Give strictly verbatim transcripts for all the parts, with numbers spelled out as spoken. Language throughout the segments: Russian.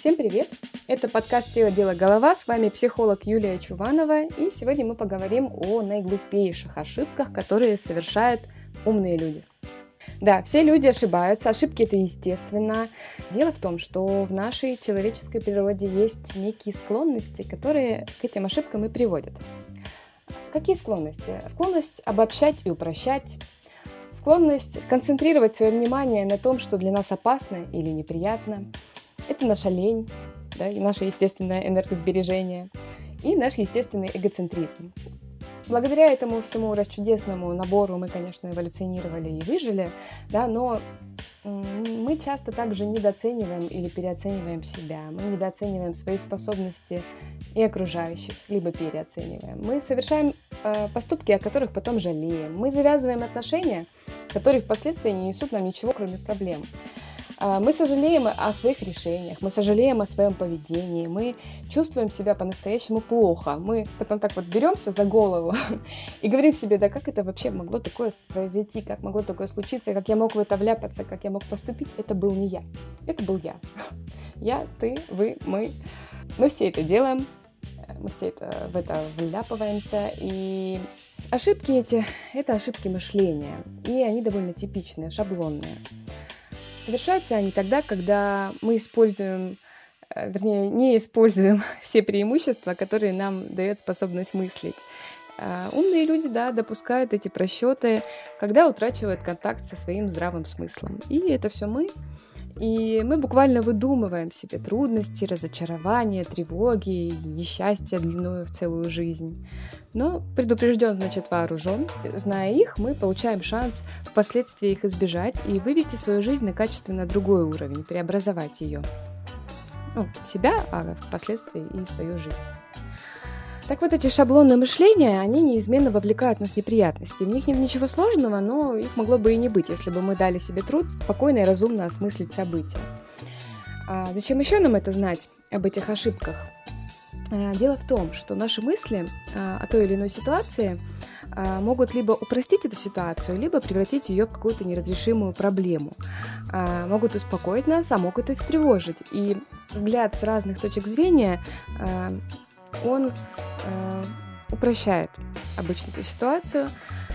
Всем привет! Это подкаст «Тело, дело, голова». С вами психолог Юлия Чуванова. И сегодня мы поговорим о наиглупейших ошибках, которые совершают умные люди. Да, все люди ошибаются, ошибки это естественно. Дело в том, что в нашей человеческой природе есть некие склонности, которые к этим ошибкам и приводят. Какие склонности? Склонность обобщать и упрощать. Склонность концентрировать свое внимание на том, что для нас опасно или неприятно. Это наша лень, да, и наше естественное энергосбережение, и наш естественный эгоцентризм. Благодаря этому всему расчудесному набору мы, конечно, эволюционировали и выжили, да, но мы часто также недооцениваем или переоцениваем себя, мы недооцениваем свои способности и окружающих, либо переоцениваем. Мы совершаем э, поступки, о которых потом жалеем. Мы завязываем отношения, которые впоследствии не несут нам ничего, кроме проблем. Мы сожалеем о своих решениях, мы сожалеем о своем поведении, мы чувствуем себя по-настоящему плохо. Мы потом так вот беремся за голову и говорим себе, да как это вообще могло такое произойти, как могло такое случиться, как я мог в это вляпаться, как я мог поступить. Это был не я, это был я. Я, ты, вы, мы. Мы все это делаем, мы все это, в это вляпываемся. И ошибки эти, это ошибки мышления. И они довольно типичные, шаблонные. Совершаются они тогда, когда мы используем, вернее, не используем все преимущества, которые нам дает способность мыслить. Умные люди, да, допускают эти просчеты, когда утрачивают контакт со своим здравым смыслом. И это все мы. И мы буквально выдумываем себе трудности, разочарования, тревоги, несчастья длиною в целую жизнь. Но предупрежден, значит вооружен. Зная их, мы получаем шанс впоследствии их избежать и вывести свою жизнь на качественно другой уровень, преобразовать ее. Ну, себя, а впоследствии и свою жизнь. Так вот, эти шаблоны мышления, они неизменно вовлекают нас в неприятности. В них нет ничего сложного, но их могло бы и не быть, если бы мы дали себе труд спокойно и разумно осмыслить события. А зачем еще нам это знать об этих ошибках? Дело в том, что наши мысли о той или иной ситуации могут либо упростить эту ситуацию, либо превратить ее в какую-то неразрешимую проблему. Могут успокоить нас, а могут и встревожить. И взгляд с разных точек зрения он э, упрощает обычно эту ситуацию.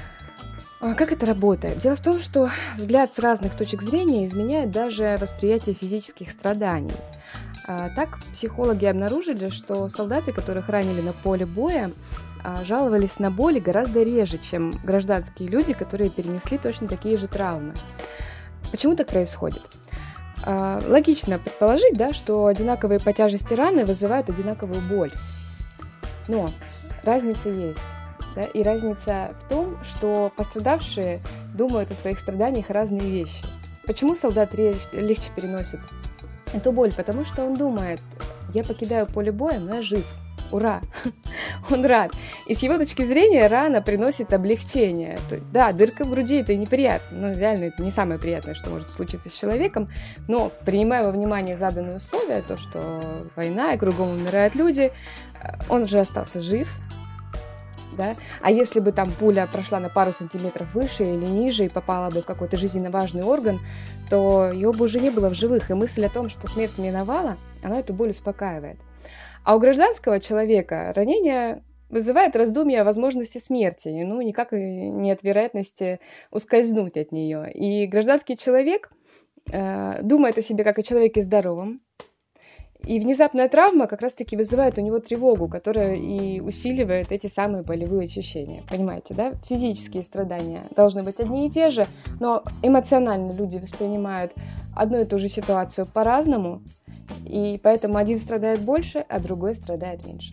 Как это работает? Дело в том, что взгляд с разных точек зрения изменяет даже восприятие физических страданий. А, так, психологи обнаружили, что солдаты, которых ранили на поле боя, а, жаловались на боли гораздо реже, чем гражданские люди, которые перенесли точно такие же травмы. Почему так происходит? А, логично предположить, да, что одинаковые по тяжести раны вызывают одинаковую боль. Но разница есть, да? И разница в том, что пострадавшие думают о своих страданиях разные вещи. Почему солдат легче переносит эту боль? Потому что он думает, я покидаю поле боя, но я жив, ура, он рад. И с его точки зрения рана приносит облегчение. То есть, да, дырка в груди это неприятно, но реально это не самое приятное, что может случиться с человеком, но принимая во внимание заданные условия, то, что война и кругом умирают люди, он уже остался жив, да? А если бы там пуля прошла на пару сантиметров выше или ниже и попала бы в какой-то жизненно важный орган, то его бы уже не было в живых, и мысль о том, что смерть миновала, она эту боль успокаивает. А у гражданского человека ранение вызывает раздумья о возможности смерти, ну, никак не от вероятности ускользнуть от нее. И гражданский человек э, думает о себе как о человеке здоровом, и внезапная травма как раз-таки вызывает у него тревогу, которая и усиливает эти самые болевые ощущения. Понимаете, да? Физические страдания должны быть одни и те же, но эмоционально люди воспринимают одну и ту же ситуацию по-разному, и поэтому один страдает больше, а другой страдает меньше.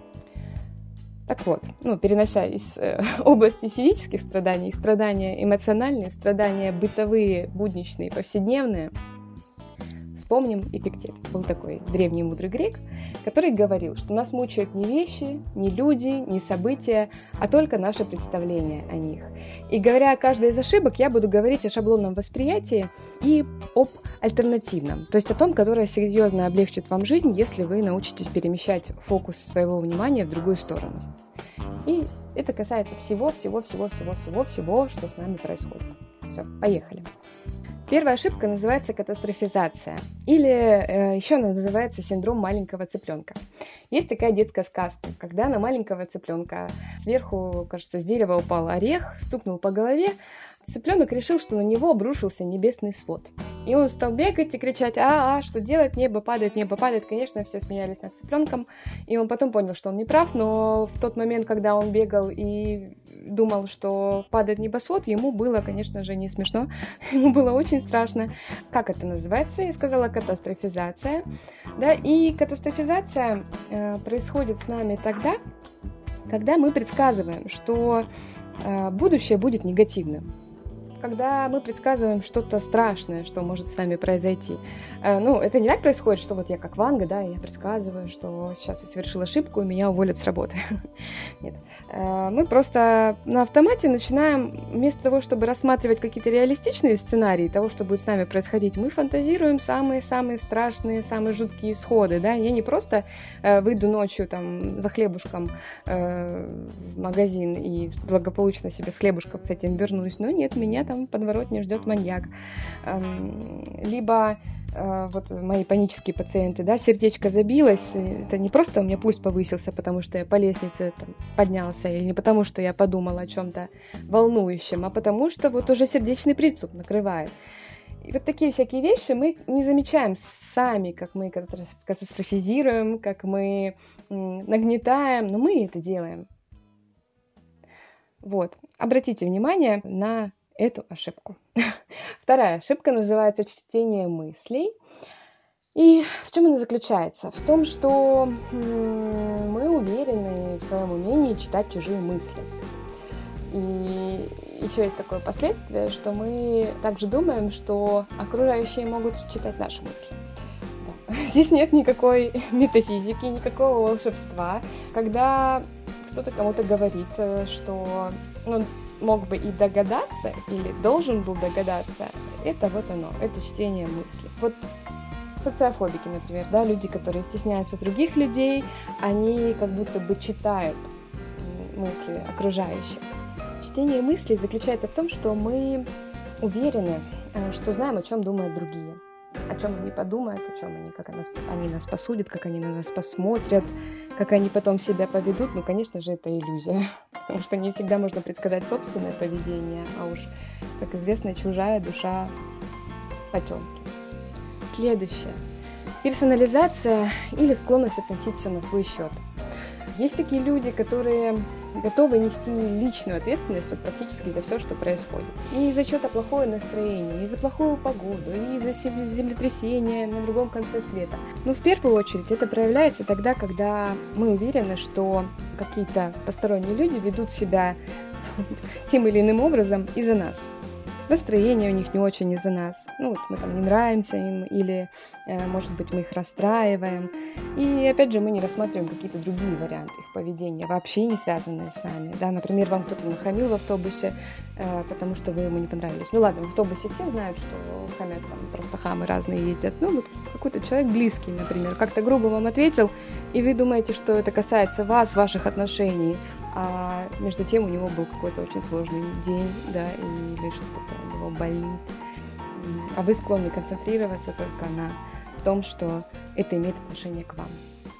Так вот, ну, перенося из э, области физических страданий, страдания эмоциональные, страдания бытовые, будничные, повседневные, вспомним Эпиктет. Был такой древний мудрый грек, который говорил, что нас мучают не вещи, не люди, не события, а только наше представление о них. И говоря о каждой из ошибок, я буду говорить о шаблонном восприятии и об альтернативном, то есть о том, которое серьезно облегчит вам жизнь, если вы научитесь перемещать фокус своего внимания в другую сторону. И это касается всего, всего, всего, всего, всего, всего, что с нами происходит. Все, поехали. Первая ошибка называется катастрофизация, или э, еще она называется синдром маленького цыпленка. Есть такая детская сказка, когда на маленького цыпленка сверху, кажется, с дерева упал орех, стукнул по голове, цыпленок решил, что на него обрушился небесный свод. И он стал бегать и кричать: а, а, что делать, небо падает, небо падает. Конечно, все смеялись над цыпленком, и он потом понял, что он не прав, но в тот момент, когда он бегал и думал, что падает небосвод, ему было, конечно же, не смешно, ему было очень страшно. Как это называется? Я сказала катастрофизация. Да, и катастрофизация э, происходит с нами тогда, когда мы предсказываем, что э, будущее будет негативным. Когда мы предсказываем что-то страшное, что может с нами произойти. Э, ну, это не так происходит, что вот я как Ванга, да, я предсказываю, что сейчас я совершил ошибку, и меня уволят с работы. Нет. Э, мы просто на автомате начинаем, вместо того, чтобы рассматривать какие-то реалистичные сценарии того, что будет с нами происходить, мы фантазируем самые-самые страшные, самые жуткие исходы, да. Я не просто э, выйду ночью там за хлебушком э, в магазин и благополучно себе с хлебушком с этим вернусь, но нет, меня там в подворотне ждет маньяк. Либо вот мои панические пациенты, да, сердечко забилось, это не просто у меня пульс повысился, потому что я по лестнице там поднялся, или не потому, что я подумала о чем-то волнующем, а потому что вот уже сердечный приступ накрывает. И вот такие всякие вещи мы не замечаем сами, как мы катастрофизируем, как мы нагнетаем, но мы это делаем. Вот. Обратите внимание на эту ошибку. Вторая ошибка называется чтение мыслей. И в чем она заключается? В том, что мы уверены в своем умении читать чужие мысли. И еще есть такое последствие, что мы также думаем, что окружающие могут читать наши мысли. Да. Здесь нет никакой метафизики, никакого волшебства. Когда кто-то кому-то говорит, что ну, мог бы и догадаться, или должен был догадаться, это вот оно, это чтение мысли. Вот социофобики, например, да, люди, которые стесняются других людей, они как будто бы читают мысли окружающих. Чтение мыслей заключается в том, что мы уверены, что знаем, о чем думают другие, о чем они подумают, о чем они, как нас, они нас посудят, как они на нас посмотрят, как они потом себя поведут. Ну, конечно же, это иллюзия, потому что не всегда можно предсказать собственное поведение, а уж, как известно, чужая душа потемки. Следующее. Персонализация или склонность относить все на свой счет. Есть такие люди, которые готовы нести личную ответственность вот практически за все, что происходит. И за что-то плохое настроение, и за плохую погоду, и за землетрясение на другом конце света. Но в первую очередь это проявляется тогда, когда мы уверены, что какие-то посторонние люди ведут себя тем или иным образом из-за нас. Настроение у них не очень из-за нас. Ну, вот мы там не нравимся им, или, э, может быть, мы их расстраиваем. И, опять же, мы не рассматриваем какие-то другие варианты их поведения, вообще не связанные с нами. Да, например, вам кто-то нахамил в автобусе, э, потому что вы ему не понравились. Ну, ладно, в автобусе все знают, что хамят, там просто хамы разные ездят. Ну, вот какой-то человек близкий, например, как-то грубо вам ответил, и вы думаете, что это касается вас, ваших отношений, а между тем у него был какой-то очень сложный день, да, или что-то у него болит, а вы склонны концентрироваться только на том, что это имеет отношение к вам.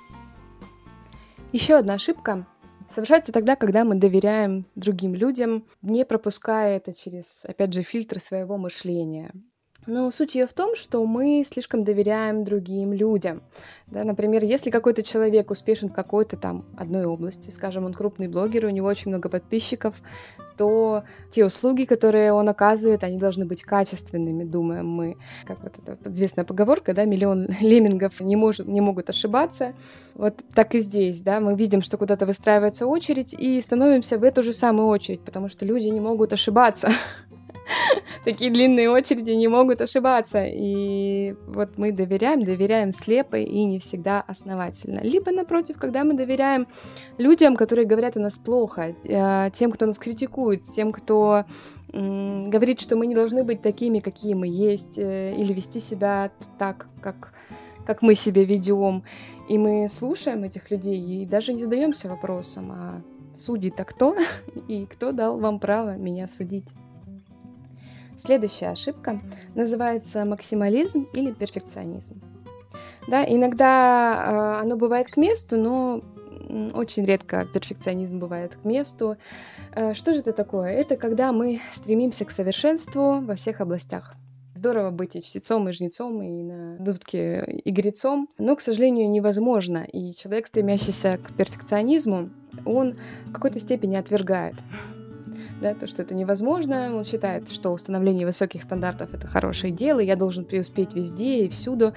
Еще одна ошибка совершается тогда, когда мы доверяем другим людям, не пропуская это через, опять же, фильтры своего мышления. Но суть ее в том, что мы слишком доверяем другим людям. Да, например, если какой-то человек успешен в какой-то там одной области, скажем, он крупный блогер, у него очень много подписчиков, то те услуги, которые он оказывает, они должны быть качественными, думаем мы. Как вот эта известная поговорка, да, миллион леммингов не, может, не могут ошибаться. Вот так и здесь, да, мы видим, что куда-то выстраивается очередь, и становимся в эту же самую очередь, потому что люди не могут ошибаться. Такие длинные очереди не могут ошибаться. И вот мы доверяем, доверяем слепо и не всегда основательно. Либо, напротив, когда мы доверяем людям, которые говорят о нас плохо, тем, кто нас критикует, тем, кто м- говорит, что мы не должны быть такими, какие мы есть, или вести себя так, как, как мы себя ведем. И мы слушаем этих людей и даже не задаемся вопросом, а судит-то кто? И кто дал вам право меня судить? Следующая ошибка называется максимализм или перфекционизм. Да, иногда э, оно бывает к месту, но м, очень редко перфекционизм бывает к месту. Э, что же это такое? Это когда мы стремимся к совершенству во всех областях. Здорово быть и чтецом, и жнецом, и на дудке игрецом, но, к сожалению, невозможно. И человек, стремящийся к перфекционизму, он в какой-то степени отвергает, да, то, что это невозможно. Он считает, что установление высоких стандартов — это хорошее дело, я должен преуспеть везде и всюду.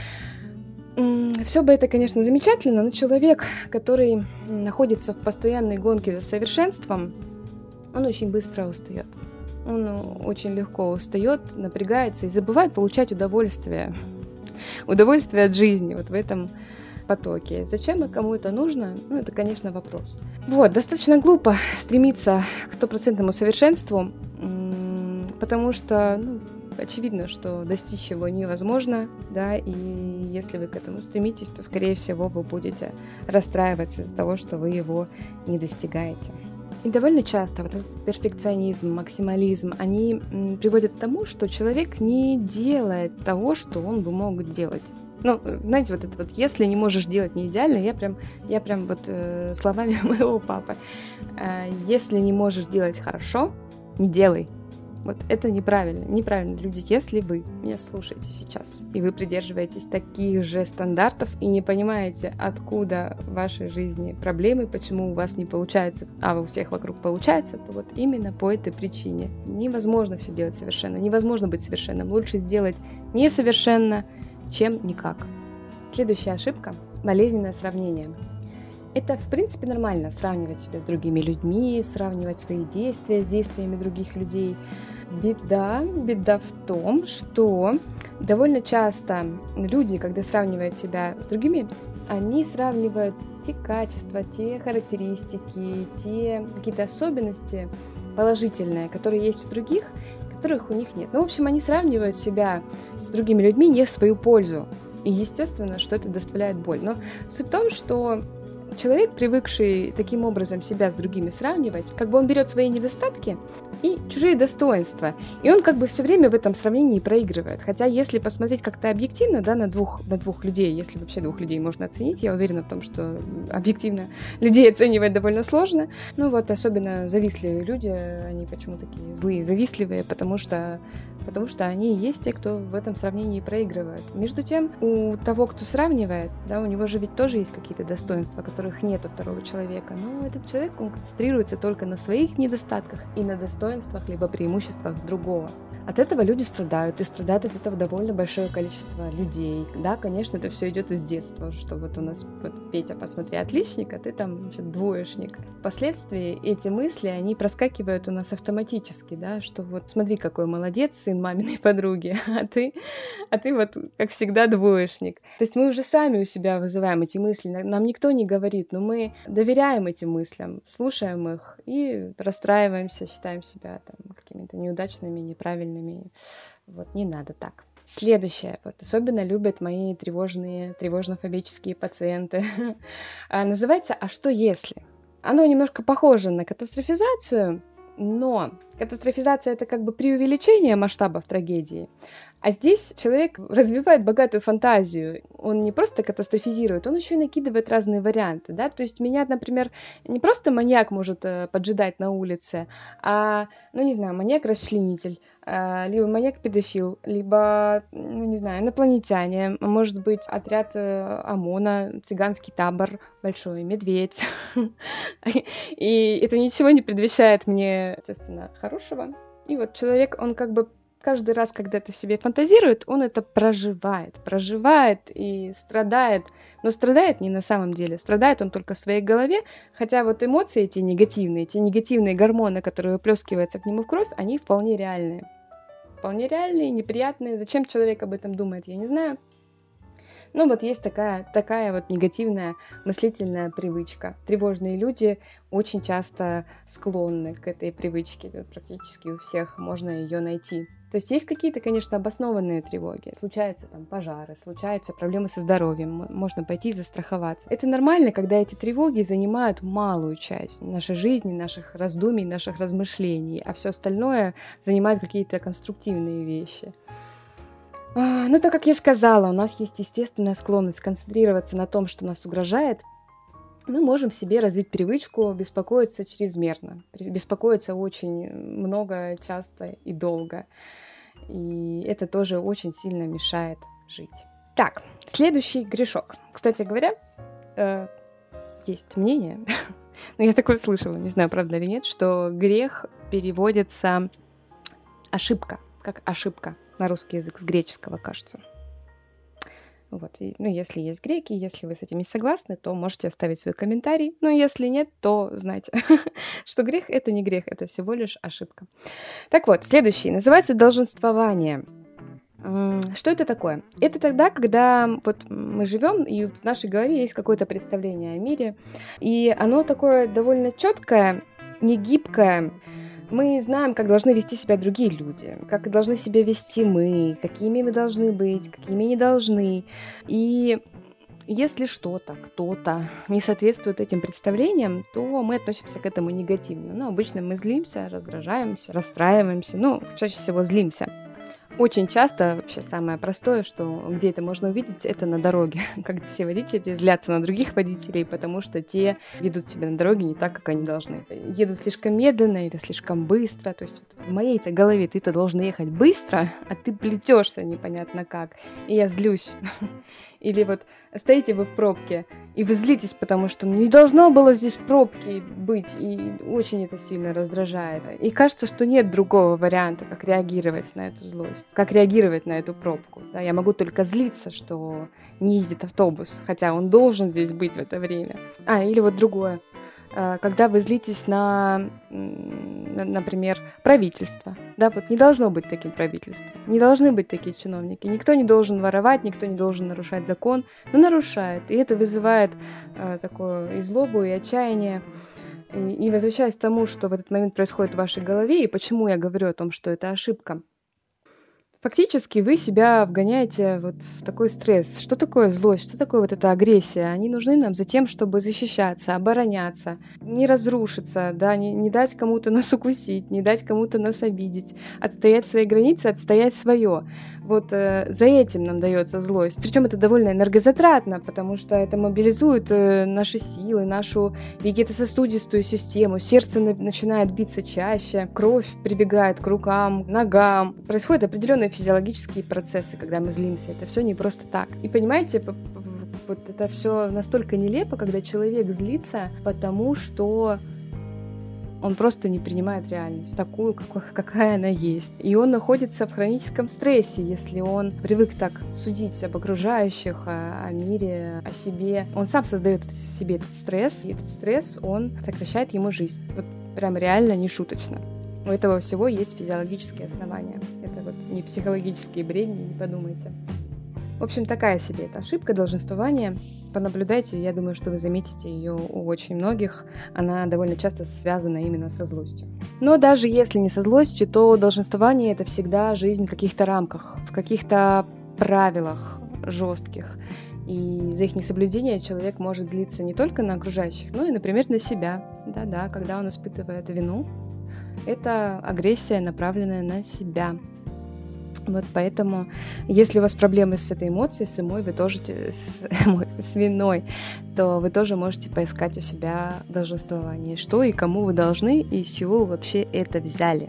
Все бы это, конечно, замечательно, но человек, который находится в постоянной гонке за совершенством, он очень быстро устает. Он очень легко устает, напрягается и забывает получать удовольствие. Удовольствие от жизни вот в этом потоке. Зачем и кому это нужно? Ну, это, конечно, вопрос. Вот, достаточно глупо стремиться к стопроцентному совершенству, потому что, ну, очевидно, что достичь его невозможно, да, и если вы к этому стремитесь, то, скорее всего, вы будете расстраиваться из-за того, что вы его не достигаете. И довольно часто вот этот перфекционизм, максимализм, они м, приводят к тому, что человек не делает того, что он бы мог делать. Ну, знаете, вот это вот, если не можешь делать не идеально, я прям, я прям вот э, словами моего папы, э, если не можешь делать хорошо, не делай. Вот это неправильно, неправильно, люди. Если вы меня слушаете сейчас, и вы придерживаетесь таких же стандартов, и не понимаете, откуда в вашей жизни проблемы, почему у вас не получается, а у всех вокруг получается, то вот именно по этой причине. Невозможно все делать совершенно, невозможно быть совершенным. Лучше сделать несовершенно, чем никак. Следующая ошибка – болезненное сравнение. Это, в принципе, нормально — сравнивать себя с другими людьми, сравнивать свои действия с действиями других людей. Беда, беда в том, что довольно часто люди, когда сравнивают себя с другими, они сравнивают те качества, те характеристики, те какие-то особенности положительные, которые есть у других, которых у них нет. Ну, в общем, они сравнивают себя с другими людьми не в свою пользу. И естественно, что это доставляет боль. Но суть в том, что человек, привыкший таким образом себя с другими сравнивать, как бы он берет свои недостатки и чужие достоинства, и он как бы все время в этом сравнении проигрывает. Хотя если посмотреть как-то объективно, да, на двух, на двух людей, если вообще двух людей можно оценить, я уверена в том, что объективно людей оценивать довольно сложно. Ну вот, особенно завистливые люди, они почему такие злые, завистливые, потому что потому что они и есть те, кто в этом сравнении проигрывает. Между тем, у того, кто сравнивает, да, у него же ведь тоже есть какие-то достоинства, которых нет у второго человека, но этот человек, он концентрируется только на своих недостатках и на достоинствах либо преимуществах другого. От этого люди страдают, и страдает от этого довольно большое количество людей. Да, конечно, это все идет из детства, что вот у нас вот, Петя, посмотри, отличник, а ты там, значит, двоечник. Впоследствии эти мысли, они проскакивают у нас автоматически, да, что вот смотри, какой молодец, сын маминой подруги, а ты, а ты вот, как всегда, двоечник. То есть мы уже сами у себя вызываем эти мысли, нам никто не говорит, но мы доверяем этим мыслям, слушаем их и расстраиваемся, считаем себя там какими-то неудачными, неправильными. Вот, не надо так. Следующее, вот, особенно любят мои тревожные, тревожно-фобические пациенты. Называется «А что если?». Оно немножко похоже на катастрофизацию, но катастрофизация — это как бы преувеличение масштабов трагедии, а здесь человек развивает богатую фантазию. Он не просто катастрофизирует, он еще и накидывает разные варианты, да, то есть меня, например, не просто маньяк может поджидать на улице, а, ну, не знаю, маньяк-расчленитель, либо маньяк-педофил, либо, ну, не знаю, инопланетяне, может быть, отряд ОМОНа, цыганский табор, большой медведь. И это ничего не предвещает мне, естественно, хорошего. И вот человек, он как бы каждый раз, когда это в себе фантазирует, он это проживает, проживает и страдает. Но страдает не на самом деле, страдает он только в своей голове, хотя вот эмоции эти негативные, эти негативные гормоны, которые выплескиваются к нему в кровь, они вполне реальные. Вполне реальные, неприятные. Зачем человек об этом думает, я не знаю. Ну вот есть такая, такая вот негативная мыслительная привычка. Тревожные люди очень часто склонны к этой привычке. Вот практически у всех можно ее найти. То есть есть какие-то, конечно, обоснованные тревоги. Случаются там пожары, случаются проблемы со здоровьем, можно пойти и застраховаться. Это нормально, когда эти тревоги занимают малую часть нашей жизни, наших раздумий, наших размышлений, а все остальное занимает какие-то конструктивные вещи. Но так как я сказала, у нас есть естественная склонность концентрироваться на том, что нас угрожает, мы можем в себе развить привычку беспокоиться чрезмерно, беспокоиться очень много, часто и долго. И это тоже очень сильно мешает жить. Так, следующий грешок. Кстати говоря, э, есть мнение, но я такое слышала, не знаю, правда или нет, что грех переводится ошибка, как ошибка на русский язык, с греческого, кажется. Вот, и, ну, если есть греки, если вы с этим не согласны, то можете оставить свой комментарий. Но если нет, то знайте, что грех — это не грех, это всего лишь ошибка. Так вот, следующий называется долженствование. Что это такое? Это тогда, когда вот мы живем, и в нашей голове есть какое-то представление о мире, и оно такое довольно четкое, негибкое. Мы знаем, как должны вести себя другие люди, как должны себя вести мы, какими мы должны быть, какими не должны. И если что-то, кто-то не соответствует этим представлениям, то мы относимся к этому негативно. Ну, обычно мы злимся, раздражаемся, расстраиваемся, ну, чаще всего злимся. Очень часто, вообще самое простое, что где это можно увидеть, это на дороге, когда все водители злятся на других водителей, потому что те ведут себя на дороге не так, как они должны. Едут слишком медленно или слишком быстро, то есть вот в моей-то голове ты-то должен ехать быстро, а ты плетешься непонятно как, и я злюсь. Или вот стоите вы в пробке, и вы злитесь, потому что ну, не должно было здесь пробки быть, и очень это сильно раздражает. И кажется, что нет другого варианта, как реагировать на эту злость, как реагировать на эту пробку. Да, я могу только злиться, что не едет автобус, хотя он должен здесь быть в это время. А, или вот другое. Когда вы злитесь на, например, правительство. Да, вот не должно быть таким правительством. Не должны быть такие чиновники. Никто не должен воровать, никто не должен нарушать закон, но нарушает. И это вызывает э, такую и злобу, и отчаяние. И, и возвращаясь к тому, что в этот момент происходит в вашей голове, и почему я говорю о том, что это ошибка. Фактически вы себя вгоняете вот в такой стресс. Что такое злость? Что такое вот эта агрессия? Они нужны нам за тем, чтобы защищаться, обороняться, не разрушиться, да, не, не дать кому-то нас укусить, не дать кому-то нас обидеть, отстоять свои границы, отстоять свое. Вот э, за этим нам дается злость. Причем это довольно энергозатратно, потому что это мобилизует э, наши силы, нашу вегетососудистую систему. Сердце на- начинает биться чаще, кровь прибегает к рукам, ногам. Происходят определенные физиологические процессы, когда мы злимся. Это все не просто так. И понимаете, вот это все настолько нелепо, когда человек злится, потому что он просто не принимает реальность, такую, какой, какая она есть. И он находится в хроническом стрессе, если он привык так судить об окружающих, о, о мире, о себе. Он сам создает себе этот стресс, и этот стресс, он сокращает ему жизнь. Вот прям реально не шуточно. У этого всего есть физиологические основания. Это вот не психологические бредни, не подумайте. В общем, такая себе эта ошибка долженствования. Понаблюдайте, я думаю, что вы заметите ее у очень многих. Она довольно часто связана именно со злостью. Но даже если не со злостью, то долженствование — это всегда жизнь в каких-то рамках, в каких-то правилах жестких. И за их несоблюдение человек может злиться не только на окружающих, но и, например, на себя. Да-да, когда он испытывает вину, это агрессия, направленная на себя. Вот поэтому, если у вас проблемы с этой эмоцией, с эмой, вы тоже, с, с виной, то вы тоже можете поискать у себя долженствование. Что и кому вы должны, и из чего вы вообще это взяли.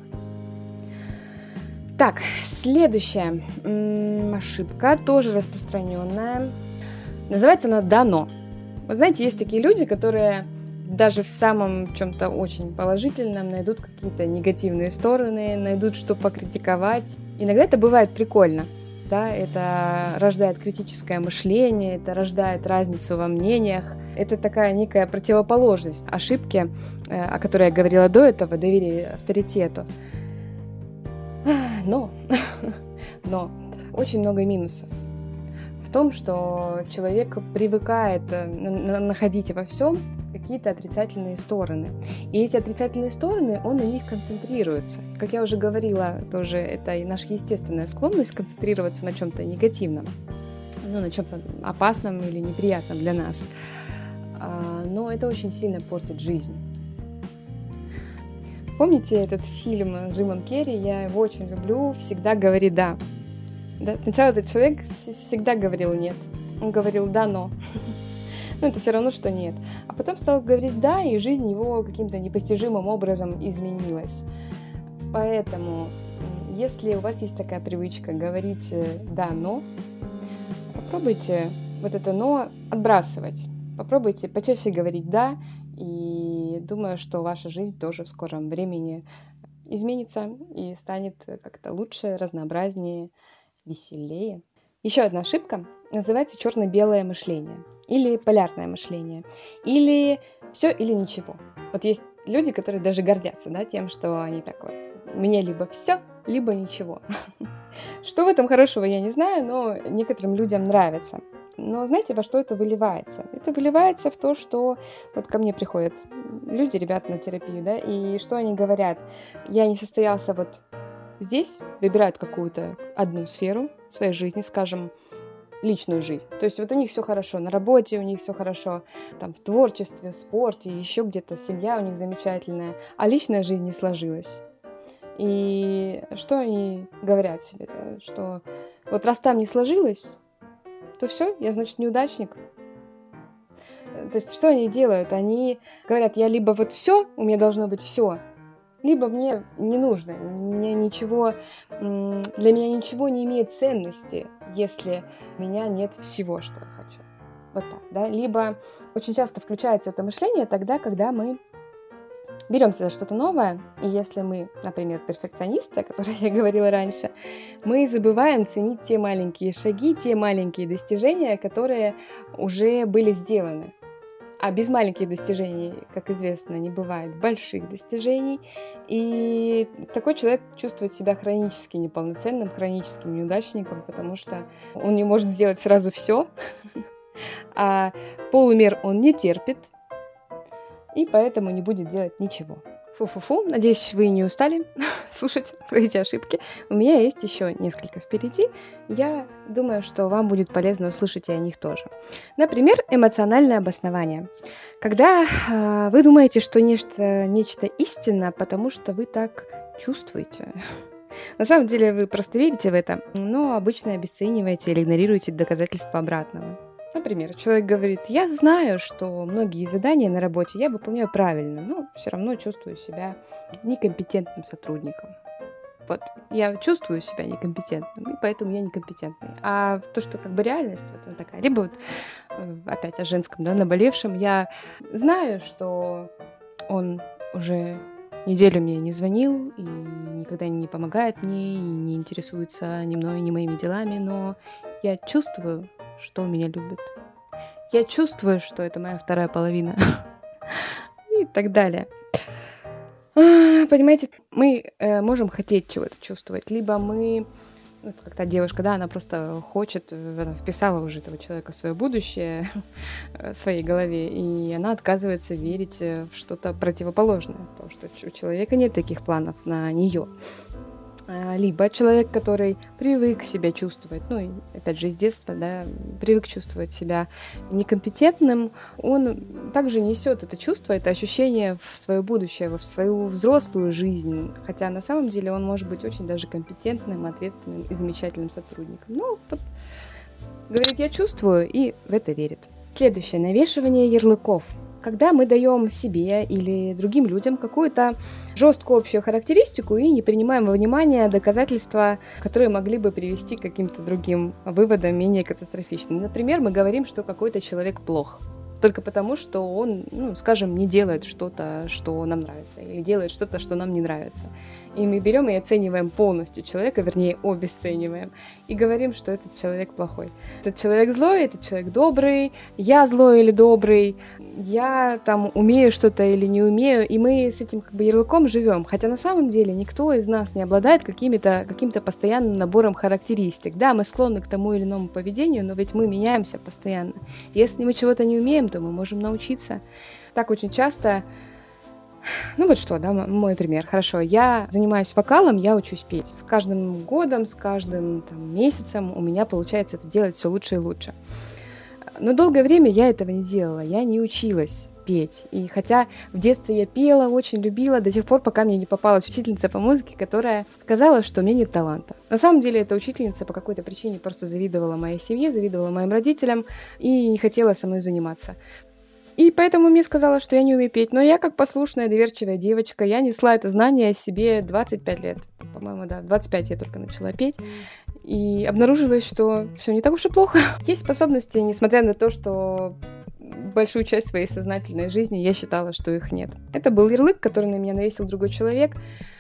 Так, следующая м-м, ошибка, тоже распространенная. Называется она «дано». Вот знаете, есть такие люди, которые даже в самом чем-то очень положительном найдут какие-то негативные стороны, найдут, что покритиковать. Иногда это бывает прикольно, да, это рождает критическое мышление, это рождает разницу во мнениях. Это такая некая противоположность ошибке, о которой я говорила до этого, доверие авторитету. Но, но очень много минусов в том, что человек привыкает находить во всем какие-то отрицательные стороны. И эти отрицательные стороны, он на них концентрируется. Как я уже говорила, тоже это и наша естественная склонность концентрироваться на чем-то негативном, ну, на чем-то опасном или неприятном для нас. Но это очень сильно портит жизнь. Помните этот фильм с Джимом Керри? Я его очень люблю. «Всегда говори да». Да? Сначала этот человек всегда говорил нет. Он говорил да, но. Но это все равно, что нет. А потом стал говорить да, и жизнь его каким-то непостижимым образом изменилась. Поэтому, если у вас есть такая привычка говорить да, но, попробуйте вот это но отбрасывать. Попробуйте почаще говорить да, и думаю, что ваша жизнь тоже в скором времени изменится и станет как-то лучше, разнообразнее, веселее. Еще одна ошибка называется черно-белое мышление или полярное мышление, или все или ничего. Вот есть люди, которые даже гордятся, да, тем, что они так вот, мне либо все, либо ничего. Что в этом хорошего, я не знаю, но некоторым людям нравится. Но знаете, во что это выливается? Это выливается в то, что вот ко мне приходят люди, ребята на терапию, да, и что они говорят? Я не состоялся вот здесь, выбирают какую-то одну сферу своей жизни, скажем, личную жизнь. То есть вот у них все хорошо, на работе у них все хорошо, там в творчестве, в спорте, еще где-то семья у них замечательная, а личная жизнь не сложилась. И что они говорят себе? Да? Что вот раз там не сложилось, то все, я, значит, неудачник. То есть что они делают? Они говорят, я либо вот все, у меня должно быть все, либо мне не нужно, мне ничего, для меня ничего не имеет ценности, если у меня нет всего, что я хочу. Вот так, да? Либо очень часто включается это мышление тогда, когда мы беремся за что-то новое, и если мы, например, перфекционисты, о которых я говорила раньше, мы забываем ценить те маленькие шаги, те маленькие достижения, которые уже были сделаны. А без маленьких достижений, как известно, не бывает больших достижений. И такой человек чувствует себя хронически неполноценным, хроническим неудачником, потому что он не может сделать сразу все, а полумер он не терпит, и поэтому не будет делать ничего. Фу-фу-фу, надеюсь, вы не устали слушать эти ошибки. У меня есть еще несколько впереди. Я думаю, что вам будет полезно услышать и о них тоже. Например, эмоциональное обоснование. Когда э, вы думаете, что нечто, нечто истинно, потому что вы так чувствуете. На самом деле вы просто верите в это, но обычно обесцениваете или игнорируете доказательства обратного. Например, человек говорит, я знаю, что многие задания на работе я выполняю правильно, но все равно чувствую себя некомпетентным сотрудником. Вот, я чувствую себя некомпетентным, и поэтому я некомпетентный. А то, что как бы реальность, вот она такая, либо вот опять о женском, да, наболевшем, я знаю, что он уже неделю мне не звонил и никогда не помогает мне, и не интересуется ни мной, ни моими делами, но я чувствую, что он меня любит. Я чувствую, что это моя вторая половина. И так далее. Понимаете, мы э, можем хотеть чего-то чувствовать, либо мы, вот как та девушка, да, она просто хочет, она вписала уже этого человека в свое будущее, в своей голове, и она отказывается верить в что-то противоположное, в то, что у человека нет таких планов на нее. Либо человек, который привык себя чувствовать, ну, и, опять же, из детства, да, привык чувствовать себя некомпетентным, он также несет это чувство, это ощущение в свое будущее, в свою взрослую жизнь, хотя на самом деле он может быть очень даже компетентным, ответственным и замечательным сотрудником. Ну, вот, говорит, я чувствую, и в это верит. Следующее, навешивание ярлыков. Когда мы даем себе или другим людям какую-то жесткую общую характеристику и не принимаем во внимание доказательства, которые могли бы привести к каким-то другим выводам менее катастрофичным. Например, мы говорим, что какой-то человек плох, только потому, что он, ну, скажем, не делает что-то, что нам нравится, или делает что-то, что нам не нравится. И мы берем и оцениваем полностью человека, вернее, обесцениваем, и говорим, что этот человек плохой. Этот человек злой, этот человек добрый, я злой или добрый, я там умею что-то или не умею, и мы с этим как бы ярлыком живем. Хотя на самом деле никто из нас не обладает какими-то, каким-то постоянным набором характеристик. Да, мы склонны к тому или иному поведению, но ведь мы меняемся постоянно. Если мы чего-то не умеем, то мы можем научиться. Так очень часто... Ну вот что, да, мой пример. Хорошо, я занимаюсь вокалом, я учусь петь. С каждым годом, с каждым там, месяцем у меня получается это делать все лучше и лучше. Но долгое время я этого не делала, я не училась петь. И хотя в детстве я пела, очень любила, до тех пор, пока мне не попалась учительница по музыке, которая сказала, что у меня нет таланта. На самом деле эта учительница по какой-то причине просто завидовала моей семье, завидовала моим родителям и не хотела со мной заниматься. И поэтому мне сказала, что я не умею петь. Но я, как послушная, доверчивая девочка, я несла это знание о себе двадцать пять лет. По-моему, да, в двадцать пять я только начала петь. И обнаружилось, что все не так уж и плохо. Есть способности, несмотря на то, что большую часть своей сознательной жизни я считала, что их нет. Это был ярлык, который на меня навесил другой человек.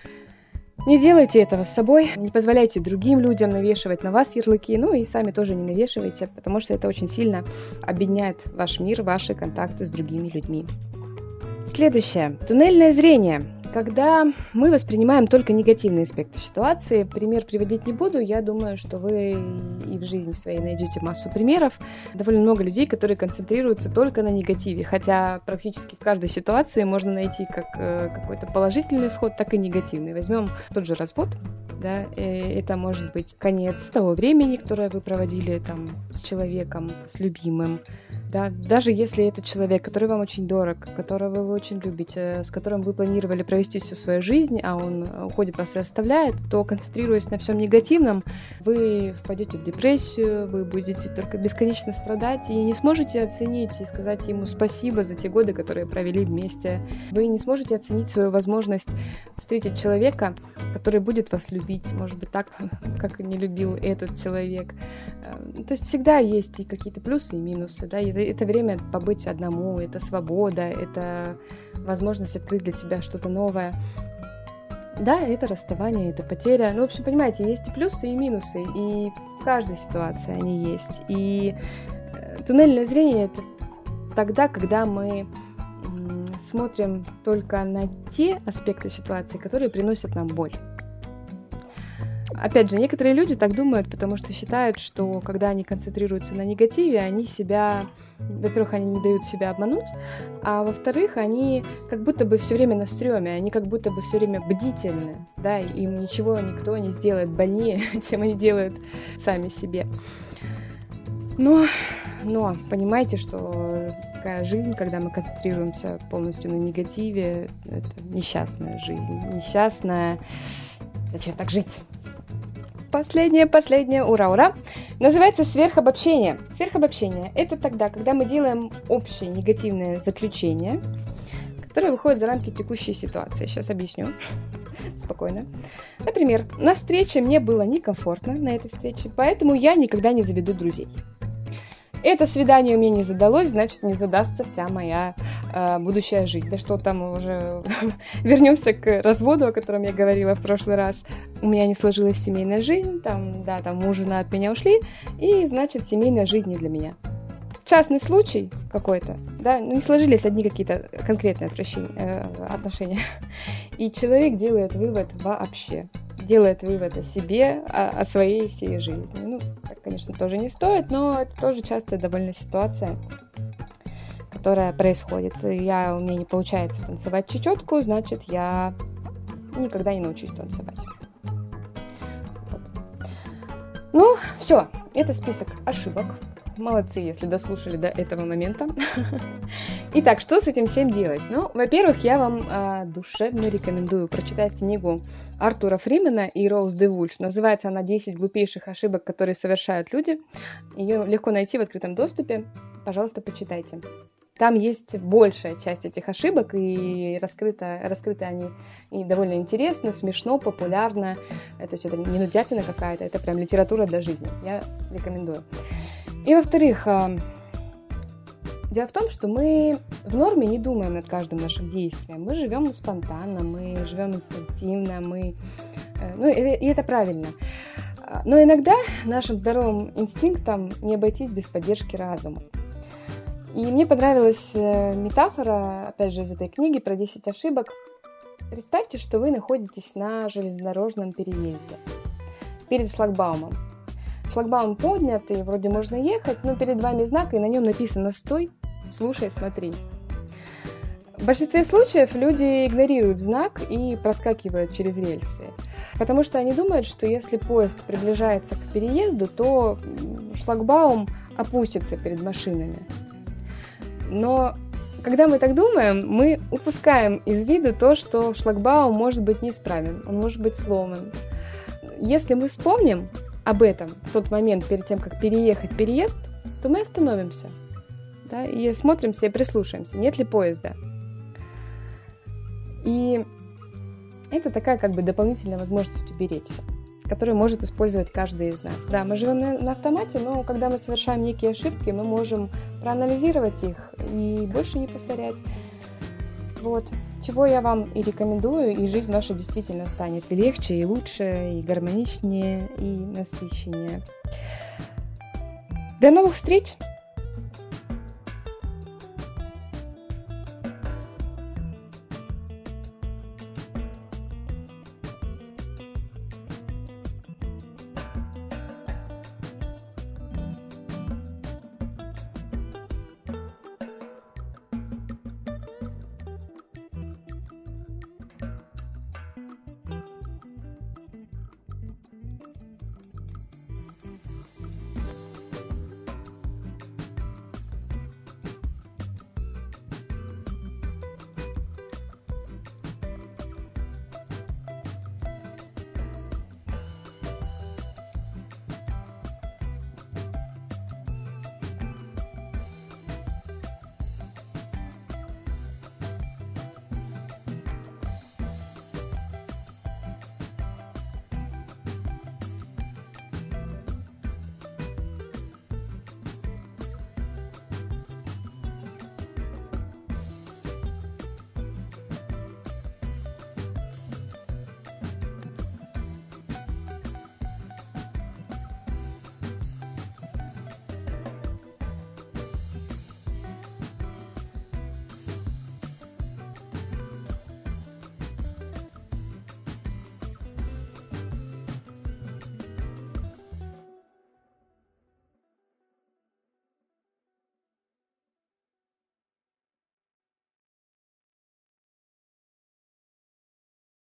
Не делайте этого с собой, не позволяйте другим людям навешивать на вас ярлыки, ну и сами тоже не навешивайте, потому что это очень сильно обедняет ваш мир, ваши контакты с другими людьми. Следующее. Туннельное зрение. Когда мы воспринимаем только негативные аспекты ситуации, пример приводить не буду, я думаю, что вы и в жизни своей найдете массу примеров. Довольно много людей, которые концентрируются только на негативе, хотя практически в каждой ситуации можно найти как э, какой-то положительный исход, так и негативный. Возьмем тот же развод, да, это может быть конец того времени, которое вы проводили там с человеком, с любимым, да, даже если это человек, который вам очень дорог, которого вы очень любите, с которым вы планировали провести всю свою жизнь, а он уходит, вас и оставляет, то, концентрируясь на всем негативном, вы впадете в депрессию, вы будете только бесконечно страдать и не сможете оценить и сказать ему спасибо за те годы, которые провели вместе. Вы не сможете оценить свою возможность встретить человека, который будет вас любить, может быть, так, как не любил этот человек. То есть всегда есть и какие-то плюсы и минусы, да, это, это время побыть одному, это свобода, это возможность открыть для себя что-то новое. Да, это расставание, это потеря. Ну, в общем, понимаете, есть и плюсы, и минусы, и в каждой ситуации они есть. И туннельное зрение — это тогда, когда мы смотрим только на те аспекты ситуации, которые приносят нам боль. Опять же, некоторые люди так думают, потому что считают, что когда они концентрируются на негативе, они себя, во-первых, они не дают себя обмануть, а во-вторых, они как будто бы все время на стреме, они как будто бы все время бдительны, да, им ничего никто не сделает больнее, чем они делают сами себе. Но, но понимаете, что такая жизнь, когда мы концентрируемся полностью на негативе, это несчастная жизнь, несчастная. Зачем так жить? Последнее, последнее, ура, ура, называется сверхобобщение. Сверхобобщение – это тогда, когда мы делаем общее негативное заключение, которое выходит за рамки текущей ситуации. Сейчас объясню. Спокойно. Например, на встрече мне было некомфортно, на этой встрече, поэтому я никогда не заведу друзей. Это свидание у меня не задалось, значит, не задастся вся моя э, будущая жизнь. Да что там уже... Вернемся к разводу, о котором я говорила в прошлый раз. У меня не сложилась семейная жизнь, там, да, там муж и жена от меня ушли, и, значит, семейная жизнь не для меня. Частный случай какой-то, да, ну, не сложились одни какие-то конкретные э, отношения. И человек делает вывод вообще. Делает вывод о себе, о, о своей всей жизни. Ну, так, конечно, тоже не стоит, но это тоже частая довольно ситуация, которая происходит. Я, у меня не получается танцевать чечетку, значит, я никогда не научусь танцевать. Вот. Ну, все, это список ошибок. Молодцы, если дослушали до этого момента. Итак, что с этим всем делать? Ну, во-первых, я вам э, душевно рекомендую прочитать книгу Артура Фримена и Роуз де Вульф. Называется она «десять глупейших ошибок, которые совершают люди». Ее легко найти в открытом доступе. Пожалуйста, почитайте. Там есть большая часть этих ошибок, и раскрыты, раскрыты они и довольно интересно, смешно, популярно. То есть это не нудятина какая-то, это прям литература для жизни. Я рекомендую. И во-вторых, Дело в том, что мы в норме не думаем над каждым нашим действием. Мы живем спонтанно, мы живем инстинктивно, мы... ну, и это правильно. Но иногда нашим здоровым инстинктам не обойтись без поддержки разума. И мне понравилась метафора, опять же, из этой книги про десять ошибок. Представьте, что вы находитесь на железнодорожном переезде перед шлагбаумом. Шлагбаум поднят, и вроде можно ехать, но перед вами знак, и на нем написано «Стой, слушай, смотри». В большинстве случаев люди игнорируют знак и проскакивают через рельсы, потому что они думают, что если поезд приближается к переезду, то шлагбаум опустится перед машинами. Но когда мы так думаем, мы упускаем из виду то, что шлагбаум может быть неисправен, он может быть сломан. Если мы вспомним об этом в тот момент, перед тем, как переехать переезд, то мы остановимся, да, и смотримся и прислушаемся, нет ли поезда. И это такая как бы дополнительная возможность уберечься, которую может использовать каждый из нас. Да, мы живем на, на автомате, но когда мы совершаем некие ошибки, мы можем проанализировать их и больше не повторять. Вот, чего я вам и рекомендую, и жизнь ваша действительно станет и легче, и лучше, и гармоничнее, и насыщеннее. До новых встреч!